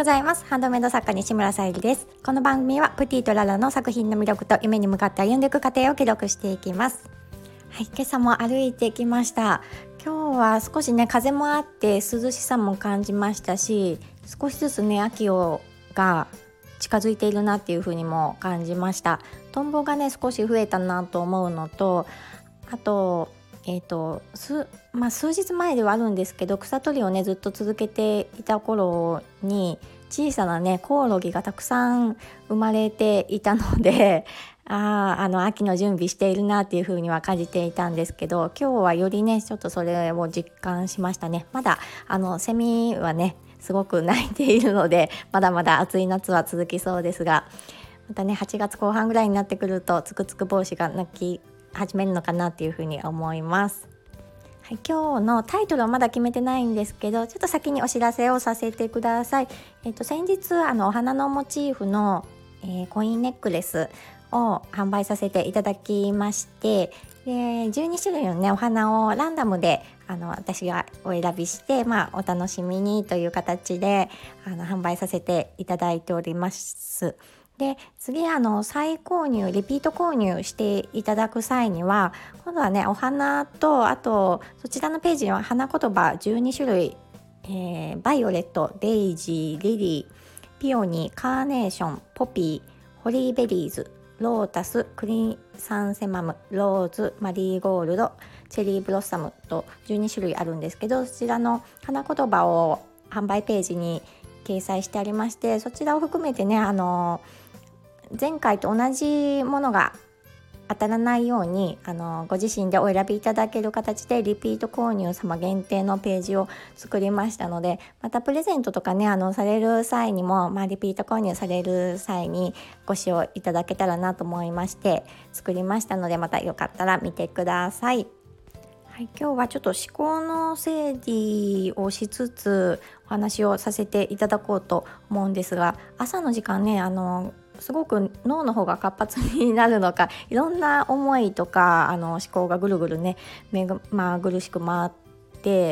ございます。ハンドメイド作家西村さゆりです。この番組はプティとララの作品の魅力と夢に向かって歩んでいく過程を記録していきます。はい、今朝も歩いてきました。今日は少しね風もあって涼しさも感じましたし、少しずつねが近づいているなっていう風にも感じました。トンボがね少し増えたなと思うのと、あと数日前ではあるんですけど、草取りをねずっと続けていた頃に小さなねコオロギがたくさん生まれていたので秋の準備しているなっていう風には感じていたんですけど、今日はよりねちょっとそれを実感しましたね。まだセミはねすごく鳴いているので、まだまだ暑い夏は続きそうですが、またね8月後半ぐらいになってくるとつくつく帽子が鳴き始めるのかなっていうふうに思います。はい、今日のタイトルはまだ決めてないんですけど、ちょっと先にお知らせをさせてください。先日お花のモチーフの、コインネックレスを販売させていただきまして、で12種類のねお花をランダムで私がお選びして、お楽しみにという形で販売させていただいております。で次再購入リピート購入していただく際には、今度はねお花と、あとそちらのページには花言葉12種類、バイオレット、デイジー、リリー、ピオニー、カーネーション、ポピー、ホリーベリーズ、ロータス、クリサンセマム、ローズ、マリーゴールド、チェリーブロッサムと12種類あるんですけど、そちらの花言葉を販売ページに掲載してありまして、そちらを含めてね前回と同じものが当たらないようにご自身でお選びいただける形でリピート購入様限定のページを作りましたので、またプレゼントとかねされる際にも、リピート購入される際にご使用いただけたらなと思いまして作りましたので、またよかったら見てください。はい、今日はちょっと思考の整理をしつつお話をさせていただこうと思うんですが、朝の時間ねすごく脳の方が活発になるのか、いろんな思いとか思考がぐるぐるね目まぐるしく回って、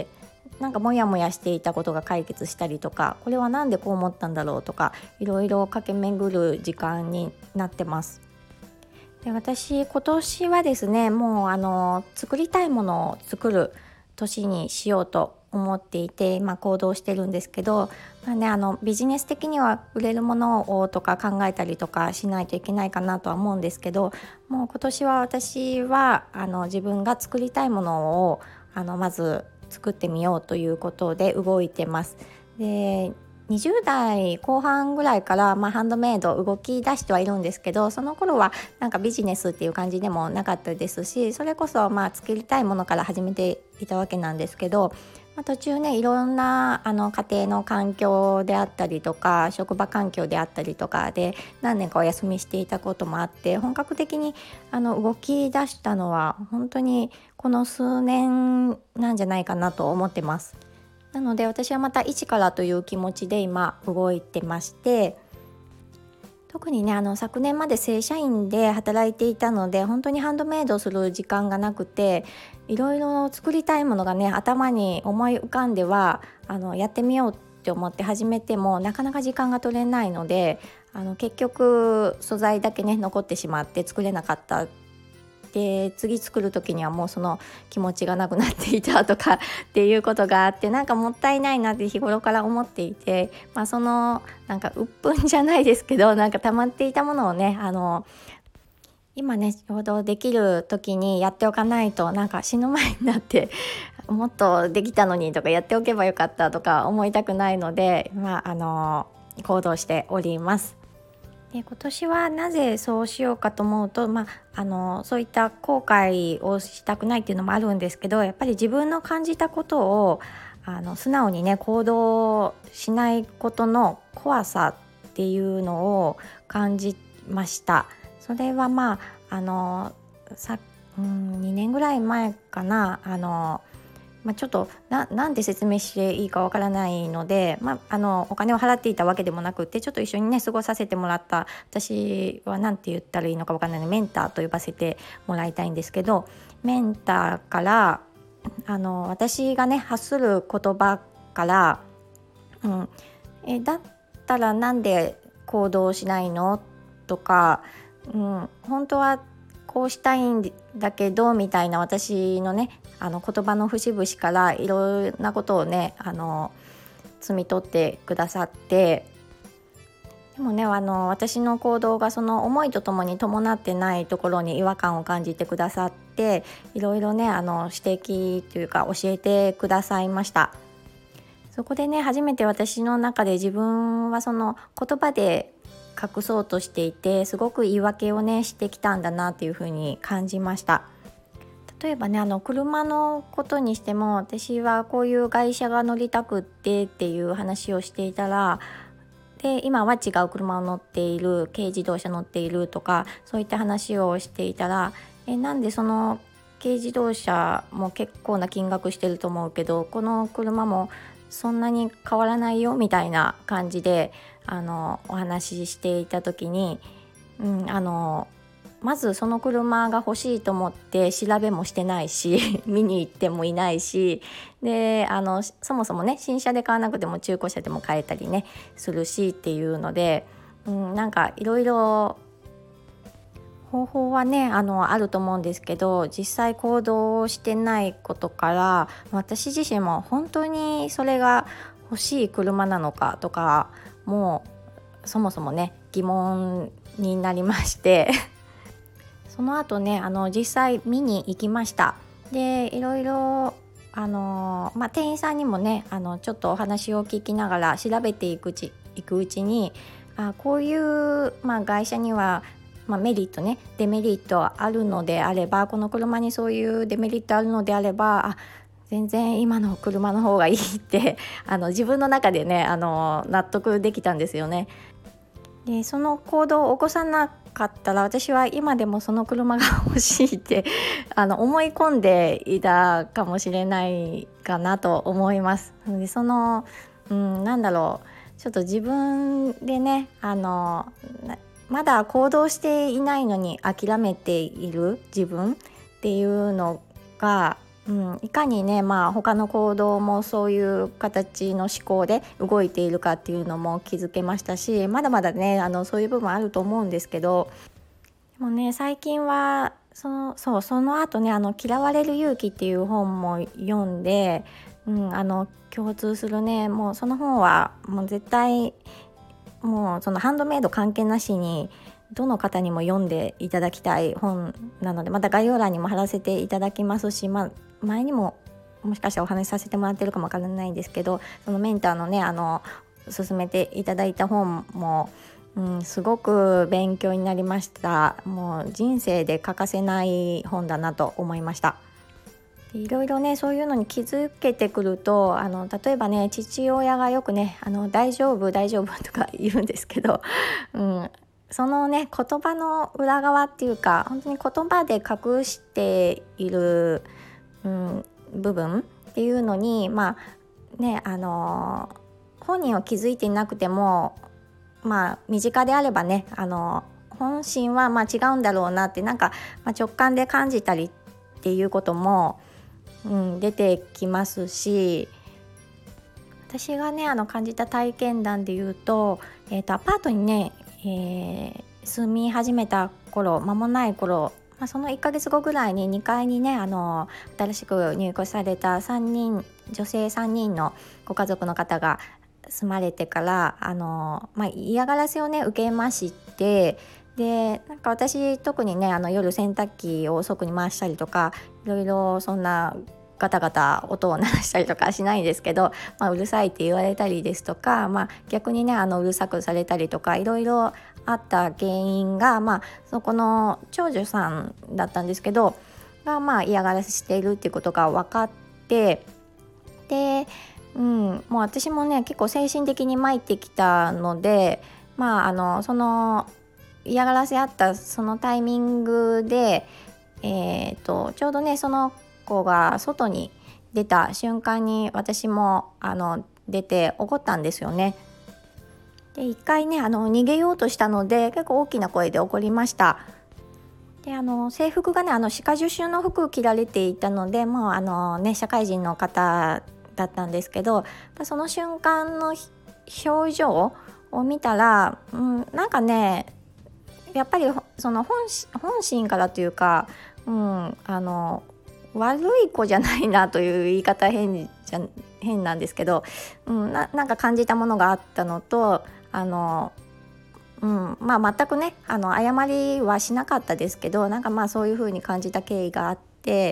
なんかモヤモヤしていたことが解決したりとか、これはなんでこう思ったんだろうとか、いろいろ駆け巡る時間になってます。で私今年はですね、もう作りたいものを作る年にしようと思っていて、行動してるんですけど、ビジネス的には売れるものをとか考えたりとかしないといけないかなとは思うんですけど、もう今年は私は自分が作りたいものをまず作ってみようということで動いてます。で20代後半ぐらいから、ハンドメイド動き出してはいるんですけど、その頃はなんかビジネスっていう感じでもなかったですし、それこそ作りたいものから始めていたわけなんですけど、途中ねいろんな家庭の環境であったりとか職場環境であったりとかで何年かお休みしていたこともあって、本格的に動き出したのは本当にこの数年なんじゃないかなと思ってます。なので私はまた一からという気持ちで今動いてまして、特にね昨年まで正社員で働いていたので、本当にハンドメイドする時間がなくて、いろいろ作りたいものがね頭に思い浮かんではやってみようって思って始めてもなかなか時間が取れないので、結局素材だけね残ってしまって作れなかった。で次作る時にはもうその気持ちがなくなっていたとかっていうことがあって、なんかもったいないなって日頃から思っていて、そのなんか鬱憤じゃないですけど、なんか溜まっていたものをね今ねちょうどできる時にやっておかないと、なんか死ぬ前になってもっとできたのにとかやっておけばよかったとか思いたくないので、行動しております。で今年はなぜそうしようかと思うと、そういった後悔をしたくないっていうのもあるんですけど、やっぱり自分の感じたことを素直にね行動しないことの怖さっていうのを感じました。それは2年ぐらい前かな、ちょっとなんで説明していいかわからないので、お金を払っていたわけでもなくて、ちょっと一緒にね過ごさせてもらった、私はなんて言ったらいいのかわからないのでメンターと呼ばせてもらいたいんですけど、メンターから私がね発する言葉から、だったったらなんで行動しないのとか、本当はこうしたいんだけどみたいな私のね言葉の節々からいろんなことをね摘み取ってくださって、でもね私の行動がその思いとともに伴ってないところに違和感を感じてくださって、いろいろね指摘というか教えてくださいました。そこでね初めて私の中で自分はその言葉で隠そうとしていて、すごく言い訳をねしてきたんだなっていうふうに感じました。例えばね車のことにしても、私はこういう外車が乗りたくっていう話をしていたら、で今は違う車を乗っている、軽自動車乗っているとかそういった話をしていたら、なんでその軽自動車も結構な金額してると思うけどこの車もそんなに変わらないよみたいな感じでお話ししていた時に、まずその車が欲しいと思って調べもしてないし見に行ってもいないし、でそもそもね新車で買わなくても中古車でも買えたりねするしっていうので、なんかいろいろ方法はねあると思うんですけど、実際行動してないことから私自身も本当にそれが欲しい車なのかとかもうそもそもね疑問になりましてその後ね実際見に行きました。でいろいろ店員さんにもねちょっとお話を聞きながら調べていくうちに、こういう、外車にはメリットねデメリットあるのであれば、この車にそういうデメリットあるのであれば全然今の車の方がいいって自分の中でね納得できたんですよね。でその行動を起こさなかったら私は今でもその車が欲しいって思い込んでいたかもしれないかなと思います。でなんだろう、ちょっと自分でねまだ行動していないのに諦めている自分っていうのが、いかにね他の行動もそういう形の思考で動いているかっていうのも気づけましたし、まだまだねそういう部分あると思うんですけど、でもね最近はその後ね嫌われる勇気っていう本も読んで、共通するね、もうその本はもう絶対もうそのハンドメイド関係なしにどの方にも読んでいただきたい本なので、また概要欄にも貼らせていただきますし、前にももしかしたらお話しさせてもらってるかもわからないんですけど、そのメンターのね勧めていただいた本も、すごく勉強になりました。もう人生で欠かせない本だなと思いました。いろいろねそういうのに気づけてくると例えばね父親がよくね大丈夫大丈夫とか言うんですけど、そのね言葉の裏側っていうか本当に言葉で隠している、部分っていうのに本人は気づいていなくても身近であればね本心は違うんだろうなって直感で感じたりっていうことも出てきますし、私がね感じた体験談で言うと、アパートにね、住み始めた間もない頃、その1ヶ月後ぐらいに2階にね新しく入居された3人女性3人のご家族の方が住まれてから嫌がらせをね受けまして、で私特にね夜洗濯機を遅くに回したりとかいろいろそんなガタガタ音を鳴らしたりとかしないんですけど、うるさいって言われたりですとか、逆にねうるさくされたりとかいろいろあった原因が、そこの長女さんだったんですけどが嫌がらせしているっていうことが分かって、でもう私もね結構精神的に参ってきたので、その嫌がらせあったそのタイミングで、ちょうどねその子が外に出た瞬間に私も出て怒ったんですよね。で一回ね逃げようとしたので結構大きな声で怒りました。で制服がね歯科助手の服を着られていたのでもう社会人の方だったんですけど、その瞬間の表情を見たら、なんかねやっぱりその本心からというか、悪い子じゃないなという言い方変なんですけど、なんか感じたものがあったのと、全くね謝りはしなかったですけど、なんかそういう風に感じた経緯があって、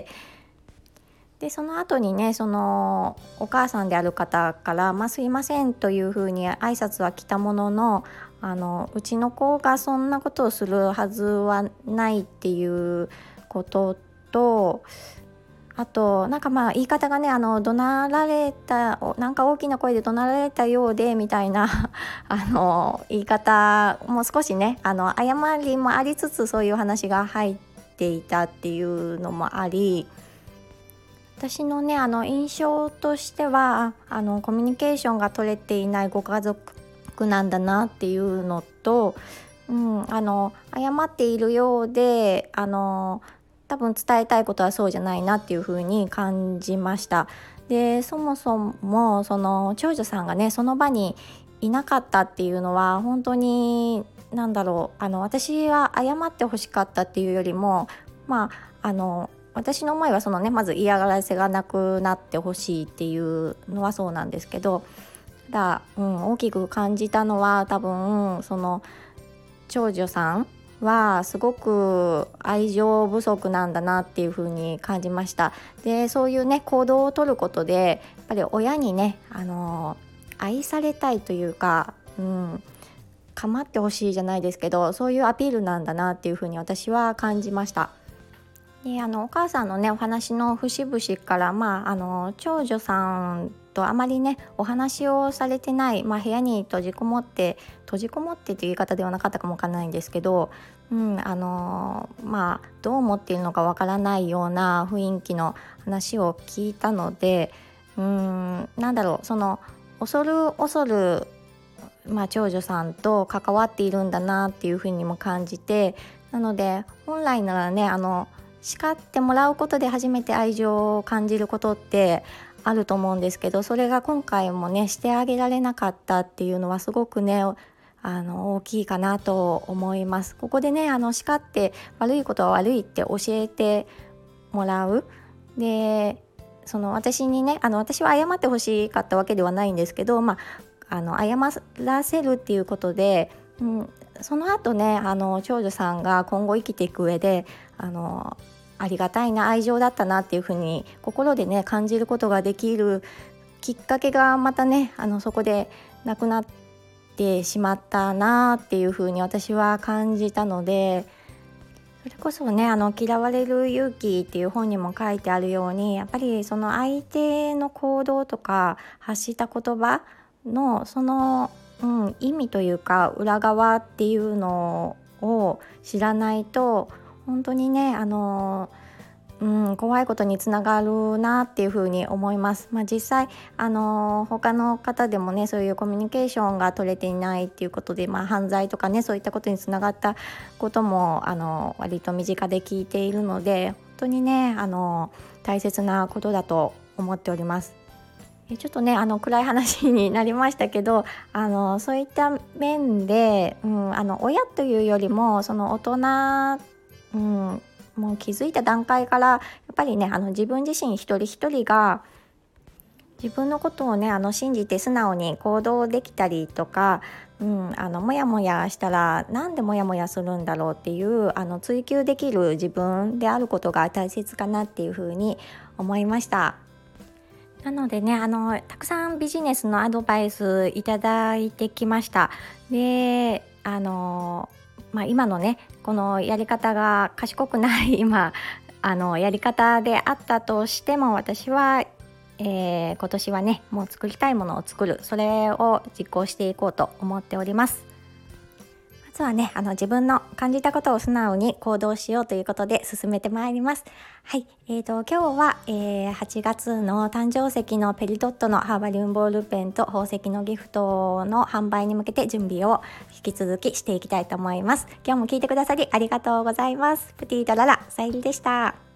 でその後にねそのお母さんである方から、すいませんという風に挨拶は来たものの、うちの子がそんなことをするはずはないっていうことと、あとなんか言い方がね怒鳴られた、なんか大きな声で怒鳴られたようでみたいな言い方も少しね謝りもありつつそういう話が入っていたっていうのもあり、私のね印象としてはコミュニケーションが取れていないご家族なんだなっていうのと、謝っているようで多分伝えたいことはそうじゃないなっていう風に感じました。でそもそもその長女さんがねその場にいなかったっていうのは本当に私は謝ってほしかったっていうよりも、私の思いはそのねまず嫌がらせがなくなってほしいっていうのはそうなんですけど、大きく感じたのは多分その長女さんはすごく愛情不足なんだなっていう風に感じました。でそういうね行動をとることでやっぱり親にね、愛されたいというか、構ってほしいじゃないですけど、そういうアピールなんだなっていう風に私は感じました。でお母さんのねお話の節々から、長女さんとあまりねお話をされてない、部屋に閉じこもってという言い方ではなかったかもわからないんですけど、どう思っているのかわからないような雰囲気の話を聞いたので、その恐る長女さんと関わっているんだなっていうふうにも感じて、なので本来ならね叱ってもらうことで初めて愛情を感じることってあると思うんですけど、それが今回もねしてあげられなかったっていうのはすごくね大きいかなと思います。ここでね叱って悪いことは悪いって教えてもらう。でその私にね私は謝ってほしかったわけではないんですけど、謝らせるっていうことで、その後ね長女さんが今後生きていく上でありがたいな愛情だったなっていうふうに心でね感じることができるきっかけがまたねそこでなくなってしまったなっていうふうに私は感じたので、それこそね嫌われる勇気っていう本にも書いてあるように、やっぱりその相手の行動とか発した言葉のその、意味というか裏側っていうのを知らないと本当にね怖いことにつながるなっていうふうに思います。実際他の方でもねそういうコミュニケーションが取れていないっていうことで、犯罪とかねそういったことにつながったことも割と身近で聞いているので、本当にね大切なことだと思っております。ちょっとね暗い話になりましたけどそういった面で、親というよりもその大人、もう気づいた段階からやっぱりね自分自身一人一人が自分のことをね信じて素直に行動できたりとか、モヤモヤしたらなんでモヤモヤするんだろうっていう追求できる自分であることが大切かなっていうふうに思いました。なのでねたくさんビジネスのアドバイスいただいてきました。で今のねこのやり方が賢くない今やり方であったとしても、私は、今年はねもう作りたいものを作る、それを実行していこうと思っております。まずはね自分の感じたことを素直に行動しようということで進めてまいります。はい、今日は、8月の誕生石のペリドットのハーバリウムボールペンと宝石のギフトの販売に向けて準備を引き続きしていきたいと思います。今日も聞いてくださりありがとうございます。プティとララさゆりでした。